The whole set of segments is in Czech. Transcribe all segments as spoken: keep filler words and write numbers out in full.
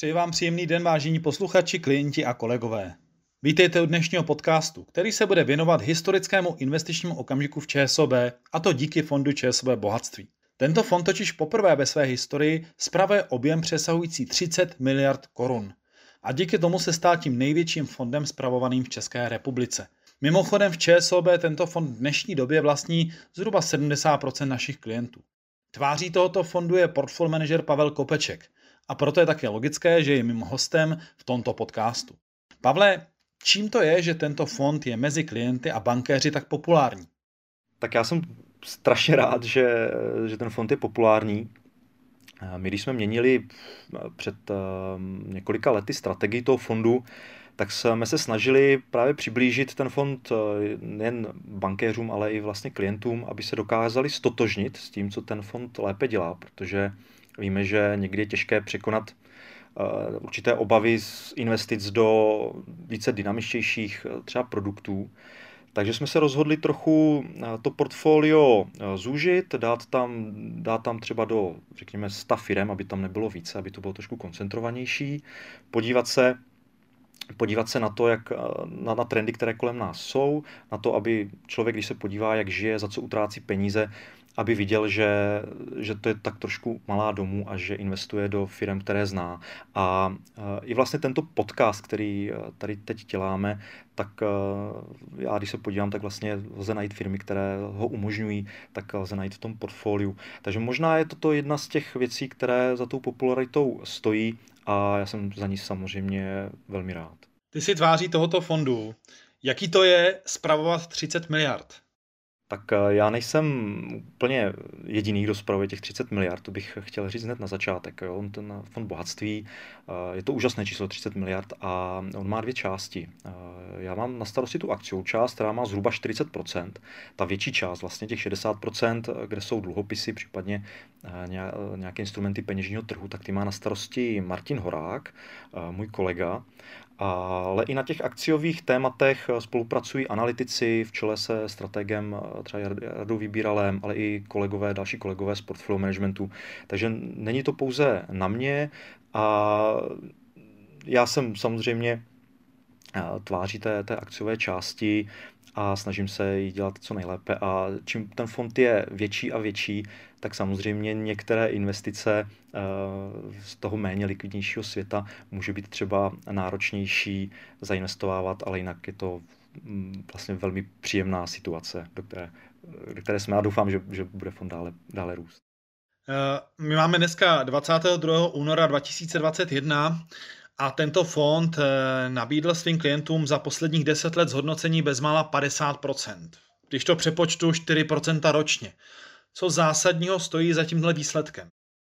Přeji vám příjemný den, vážení posluchači, klienti a kolegové. Vítejte u dnešního podcastu, který se bude věnovat historickému investičnímu okamžiku v ČSOB, a to díky fondu ČSOB Bohatství. Tento fond totiž poprvé ve své historii spravuje objem přesahující třicet miliard korun. A díky tomu se stal tím největším fondem spravovaným v České republice. Mimochodem v ČSOB tento fond v dnešní době vlastní zhruba sedmdesát procent našich klientů. Tváří tohoto fondu je portfolio manažer Pavel Kopeček. A proto je také logické, že je mým hostem v tomto podcastu. Pavle, čím to je, že tento fond je mezi klienty a bankéři tak populární? Tak já jsem strašně rád, že, že ten fond je populární. My, když jsme měnili před několika lety strategii toho fondu, tak jsme se snažili právě přiblížit ten fond nejen bankéřům, ale i vlastně klientům, aby se dokázali stotožnit s tím, co ten fond lépe dělá, protože víme, že někdy je těžké překonat určité obavy z investic do více dynamičtějších třeba produktů. Takže jsme se rozhodli trochu to portfolio zúžit, dát tam, dát tam třeba do, řekněme, sta firem, aby tam nebylo více, aby to bylo trošku koncentrovanější, podívat se, podívat se na to, jak, na, na trendy, které kolem nás jsou, na to, aby člověk, když se podívá, jak žije, za co utrácí peníze, aby viděl, že, že to je tak trošku malá domů a že investuje do firm, které zná. A i vlastně tento podcast, který tady teď děláme, tak já, když se podívám, tak vlastně lze najít firmy, které ho umožňují, tak lze najít v tom portfoliu. Takže možná je toto jedna z těch věcí, které za tou popularitou stojí a já jsem za ní samozřejmě velmi rád. Ty si tváří tohoto fondu. Jaký to je spravovat třicet miliard? Tak já nejsem úplně jediný, kdo spravuje těch třicet miliard, to bych chtěl říct hned na začátek. Jo. Ten fond bohatství, je to úžasné číslo třicet miliard a on má dvě části. Já mám na starosti tu akciovou část, která má zhruba čtyřicet procent. Ta větší část, vlastně těch šedesát procent, kde jsou dluhopisy, případně nějaké instrumenty peněžního trhu, tak ty má na starosti Martin Horák, můj kolega. Ale i na těch akciových tématech spolupracují analytici v čele se strategem třeba Jardou Vybíralem, ale i kolegové, další kolegové z portfolio managementu. Takže není to pouze na mě a já jsem samozřejmě tváří té, té akciové části a snažím se ji dělat co nejlépe. A čím ten fond je větší a větší, tak samozřejmě některé investice z toho méně likvidnějšího světa může být třeba náročnější zainvestovávat, ale jinak je to vlastně velmi příjemná situace, do které, do které jsme a doufám, že, že bude fond dále, dále růst. My máme dneska dvacátého druhého února dva tisíce dvacet jedna a tento fond nabídl svým klientům za posledních deset let zhodnocení bezmála padesát procent. Když to přepočtu čtyři procenta ročně. Co zásadního stojí za tímhle výsledkem?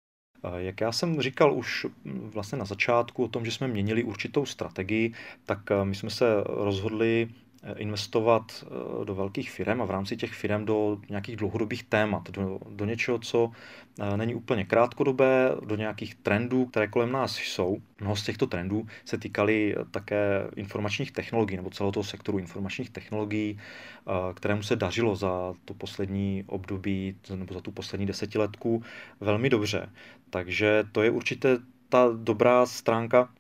Jak já jsem říkal už vlastně na začátku o tom, že jsme měnili určitou strategii, tak my jsme se rozhodli investovat do velkých firm a v rámci těch firm do nějakých dlouhodobých témat, do, do něčeho, co není úplně krátkodobé, do nějakých trendů, které kolem nás jsou. Mnoho z těchto trendů se týkaly také informačních technologií nebo celého toho sektoru informačních technologií, kterému se dařilo za to poslední období nebo za tu poslední desetiletku velmi dobře. Takže to je určitě ta dobrá stránka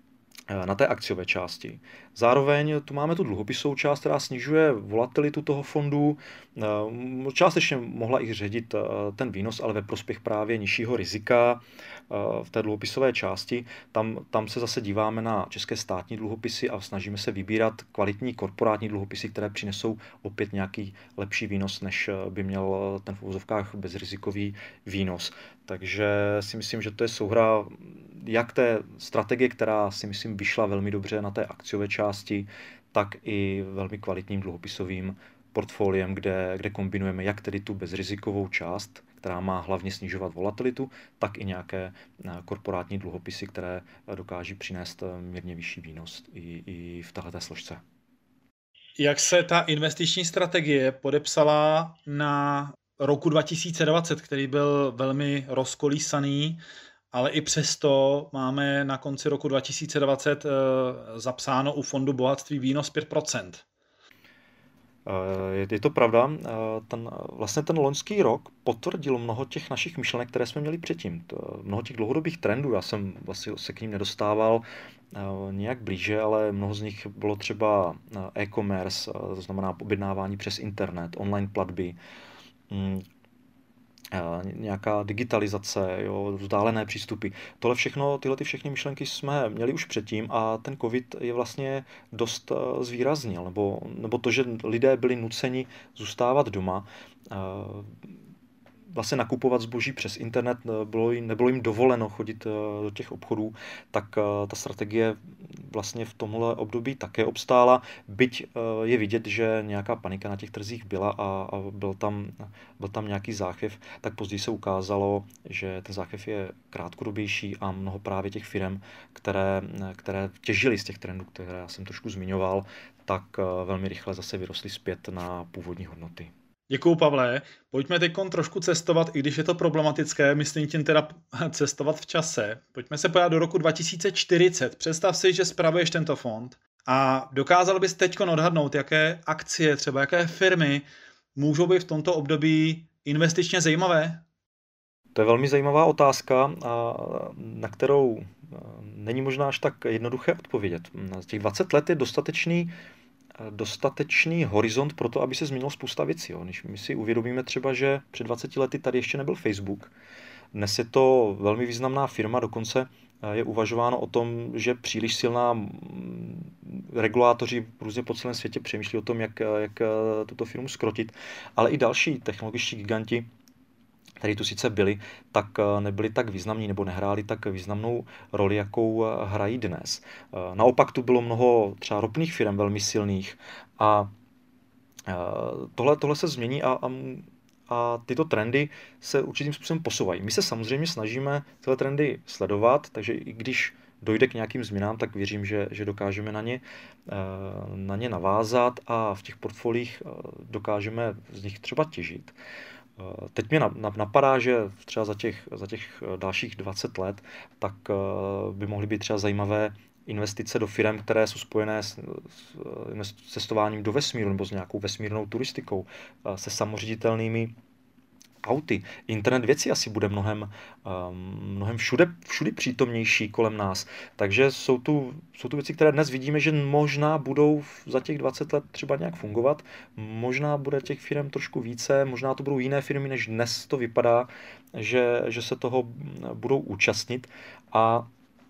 na té akciové části. Zároveň tu máme tu dluhopisovou část, která snižuje volatilitu toho fondu. Částečně mohla i ředit ten výnos, ale ve prospěch právě nižšího rizika v té dluhopisové části. Tam, tam se zase díváme na české státní dluhopisy a snažíme se vybírat kvalitní korporátní dluhopisy, které přinesou opět nějaký lepší výnos, než by měl ten v uvozovkách bezrizikový výnos. Takže si myslím, že to je souhra jak té strategie, která si myslím vyšla velmi dobře na té akciové části, tak i velmi kvalitním dluhopisovým portfoliem, kde, kde kombinujeme jak tedy tu bezrizikovou část, která má hlavně snižovat volatilitu, tak i nějaké korporátní dluhopisy, které dokáží přinést mírně vyšší výnos i, i v této složce. Jak se ta investiční strategie podepsala na roku dva tisíce dvacet, který byl velmi rozkolísaný, ale i přesto máme na konci roku dva tisíce dvacet zapsáno u fondu bohatství výnos pět procent. Je, je to pravda. Ten, vlastně ten loňský rok potvrdil mnoho těch našich myšlenek, které jsme měli předtím. To, mnoho těch dlouhodobých trendů, já jsem vlastně se k ním nedostával nějak blíže, ale mnoho z nich bylo třeba e-commerce, to znamená objednávání přes internet, online platby, nějaká digitalizace, jo, vzdálené přístupy. Tohle všechno, tyhle ty všechny myšlenky jsme měli už předtím a ten covid je vlastně dost zvýraznil, nebo, nebo to, že lidé byli nuceni zůstávat doma, vlastně nakupovat zboží přes internet, bylo jim, nebylo jim dovoleno chodit do těch obchodů, tak ta strategie vlastně v tomhle období také obstála, byť je vidět, že nějaká panika na těch trzích byla a, a byl, tam, byl tam nějaký záchvěv, tak později se ukázalo, že ten záchvěv je krátkodobější a mnoho právě těch firm, které, které těžily z těch trendů, které já jsem trošku zmiňoval, tak velmi rychle zase vyrostly zpět na původní hodnoty. Děkuju, Pavle. Pojďme teď trošku cestovat, i když je to problematické, myslím tím teda cestovat v čase. Pojďme se podívat do roku dva tisíce čtyřicet. Představ si, že spravuješ tento fond a dokázal bys teď odhadnout, jaké akcie, třeba jaké firmy můžou být v tomto období investičně zajímavé? To je velmi zajímavá otázka, na kterou není možná až tak jednoduché odpovědět. Těch dvacet let je dostatečný dostatečný horizont pro to, aby se změnilo spousta věcí. Jo. Když my si uvědomíme třeba, že před dvaceti lety tady ještě nebyl Facebook, dnes je to velmi významná firma, dokonce je uvažováno o tom, že příliš silná regulátoři různě po celém světě přemýšlí o tom, jak, jak tuto firmu skrotit, ale i další technologičtí giganti, kteří tu sice byli, tak nebyli tak významní nebo nehráli tak významnou roli, jakou hrají dnes. Naopak tu bylo mnoho třeba ropných firm velmi silných a tohle, tohle se změní a, a, a tyto trendy se určitým způsobem posouvají. My se samozřejmě snažíme tyhle trendy sledovat, takže i když dojde k nějakým změnám, tak věřím, že, že dokážeme na ně, na ně navázat a v těch portfoliích dokážeme z nich třeba těžit. Teď mě napadá, že třeba za těch, za těch dalších dvacet let tak by mohly být třeba zajímavé investice do firm, které jsou spojené s, s cestováním do vesmíru nebo s nějakou vesmírnou turistikou, se samoředitelnými auty. Internet věcí asi bude mnohem, mnohem všude, všude přítomnější kolem nás. Takže jsou tu, jsou tu věci, které dnes vidíme, že možná budou za těch dvacet let třeba nějak fungovat. Možná bude těch firm trošku více, možná to budou jiné firmy, než dnes to vypadá, že, že se toho budou účastnit. A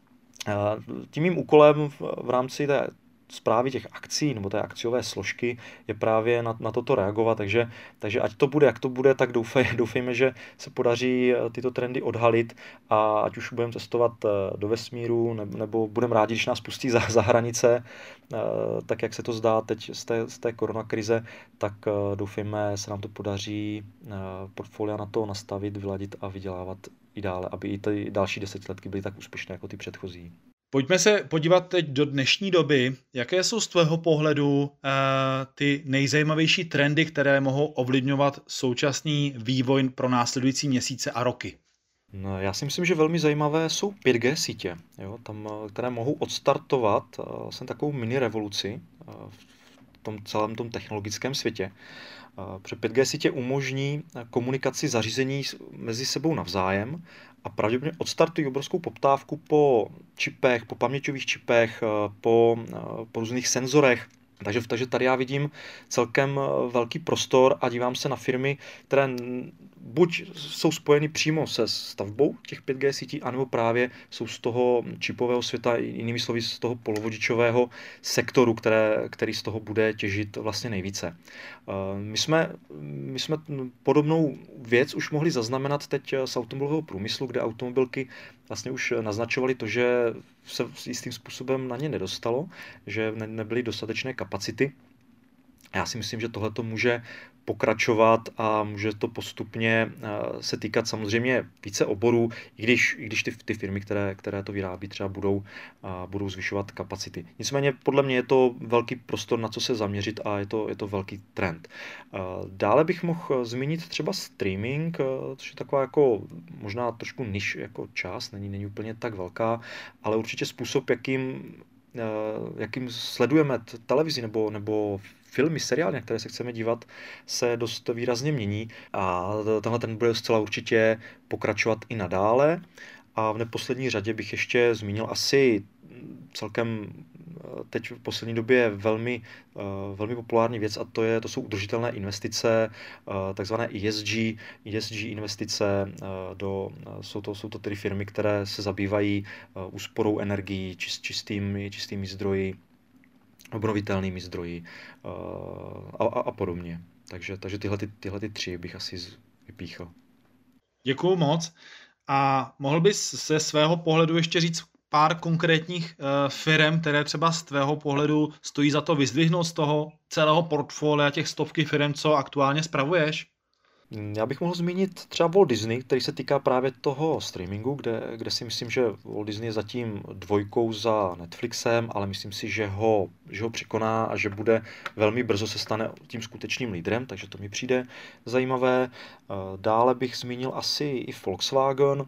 tím mým úkolem v, v rámci té správy těch akcí nebo té akciové složky je právě na, na toto reagovat, takže, takže ať to bude, jak to bude, tak doufej, doufejme, že se podaří tyto trendy odhalit a ať už budeme cestovat do vesmíru nebo, nebo budeme rádi, když nás pustí za, za hranice, tak jak se to zdá teď z té, z té koronakrize, tak doufejme, se nám to podaří portfolia na to nastavit, vyladit a vydělávat i dále, aby i ty další desetiletky byly tak úspěšné jako ty předchozí. Pojďme se podívat teď do dnešní doby. Jaké jsou z tvého pohledu uh, ty nejzajímavější trendy, které mohou ovlivňovat současný vývoj pro následující měsíce a roky? No, já si myslím, že velmi zajímavé jsou pět G sítě, jo, tam, které mohou odstartovat uh, jsem takovou mini revoluci uh, v tom celém tom technologickém světě. Protože pět G sítě umožní komunikaci zařízení mezi sebou navzájem a pravděpodobně odstartují obrovskou poptávku po čipech, po paměťových čipech, po, po různých senzorech. Takže, takže tady já vidím celkem velký prostor a dívám se na firmy, které buď jsou spojeny přímo se stavbou těch pět G sítí, anebo právě jsou z toho čipového světa, jinými slovy z toho polovodičového sektoru, které, který z toho bude těžit vlastně nejvíce. My jsme, my jsme podobnou věc už mohli zaznamenat teď z automobilového průmyslu, kde automobilky vlastně už naznačovaly to, že se jistým způsobem na ně nedostalo, že ne, nebyly dostatečné kapacity. Já si myslím, že tohle to může pokračovat a může to postupně se týkat samozřejmě více oborů, i když, i když ty, ty firmy, které, které to vyrábí, třeba budou, budou zvyšovat kapacity. Nicméně podle mě je to velký prostor, na co se zaměřit a je to, je to velký trend. Dále bych mohl zmínit třeba streaming, což je taková jako možná trošku niž jako část, není, není úplně tak velká, ale určitě způsob, jakým jakým sledujeme televizi nebo, nebo filmy, seriály, na které se chceme dívat, se dost výrazně mění a tenhle ten bude zcela určitě pokračovat i nadále. A v neposlední řadě bych ještě zmínil asi celkem teď v poslední době velmi, velmi populární věc a to, je, to jsou udržitelné investice, takzvané E S G, E S G investice, do, jsou, to, jsou to tedy firmy, které se zabývají úsporou energií, čist, čistými, čistými zdroji, obnovitelnými zdroji a, a, a podobně. Takže, takže tyhle, ty, tyhle ty tři bych asi vypíchl. Děkuju moc. A mohl bys ze svého pohledu ještě říct pár konkrétních uh, firem, které třeba z tvého pohledu stojí za to vyzdvihnout z toho celého portfolia těch stovky firem, co aktuálně spravuješ? Já bych mohl zmínit třeba Walt Disney, který se týká právě toho streamingu, kde, kde si myslím, že Walt Disney je zatím dvojkou za Netflixem, ale myslím si, že ho, že ho překoná a že bude velmi brzo se stane tím skutečným lídrem, takže to mi přijde zajímavé. Dále bych zmínil asi i Volkswagen,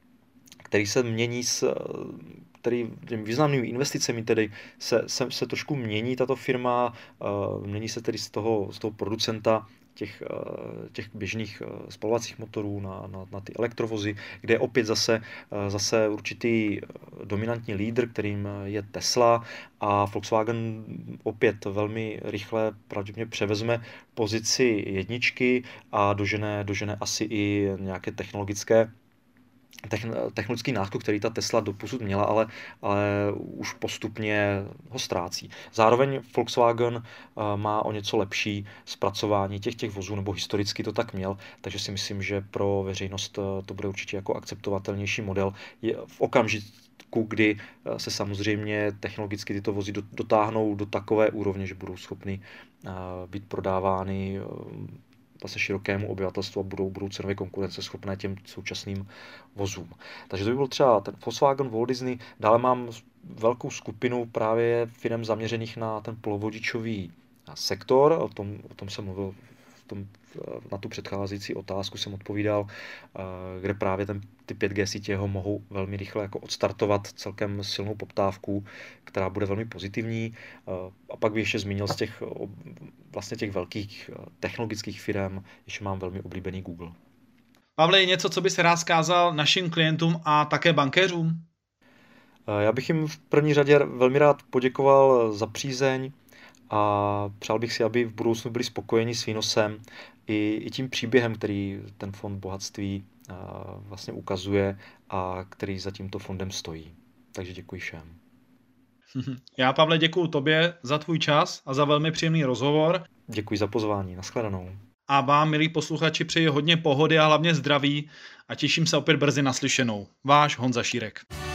který se mění s který významnými investicemi tedy se, se, se trošku mění tato firma, mění se tedy z toho, z toho producenta těch, těch běžných spalovacích motorů na, na, na ty elektrovozy, kde je opět zase, zase určitý dominantní lídr, kterým je Tesla a Volkswagen opět velmi rychle pravděpodobně převezme pozici jedničky a dožene, dožene asi i nějaké technologické technologický náskok, který ta Tesla doposud měla, ale, ale už postupně ho ztrácí. Zároveň Volkswagen má o něco lepší zpracování těch, těch vozů, nebo historicky to tak měl, takže si myslím, že pro veřejnost to bude určitě jako akceptovatelnější model. Je v okamžiku, kdy se samozřejmě technologicky tyto vozy dotáhnou do takové úrovně, že budou schopny být prodávány vlastně širokému obyvatelstvu a budou, budou cenově konkurenceschopné těm současným vozům. Takže to by byl třeba ten Volkswagen, Walt Disney. Dále mám velkou skupinu právě firm zaměřených na ten polovodičový sektor. O tom, o tom jsem mluvil v tom, na tu předcházející otázku jsem odpovídal, kde právě ten, ty pět G sítě ho mohou velmi rychle jako odstartovat celkem silnou poptávku, která bude velmi pozitivní. A pak bych ještě zmínil z těch vlastně těch velkých technologických firm, ještě mám velmi oblíbený Google. Pavle, je něco, co bys rád vzkázal našim klientům a také bankéřům? Já bych jim v první řadě velmi rád poděkoval za přízeň a přál bych si, aby v budoucnu byli spokojeni s výnosem i, i tím příběhem, který ten fond bohatství vlastně ukazuje a který za tímto fondem stojí. Takže děkuji všem. Já, Pavle, děkuji tobě za tvůj čas a za velmi příjemný rozhovor. Děkuji za pozvání, nashledanou. A vám, milí posluchači, přeji hodně pohody a hlavně zdraví a těším se opět brzy naslyšenou. Váš Honza Šírek.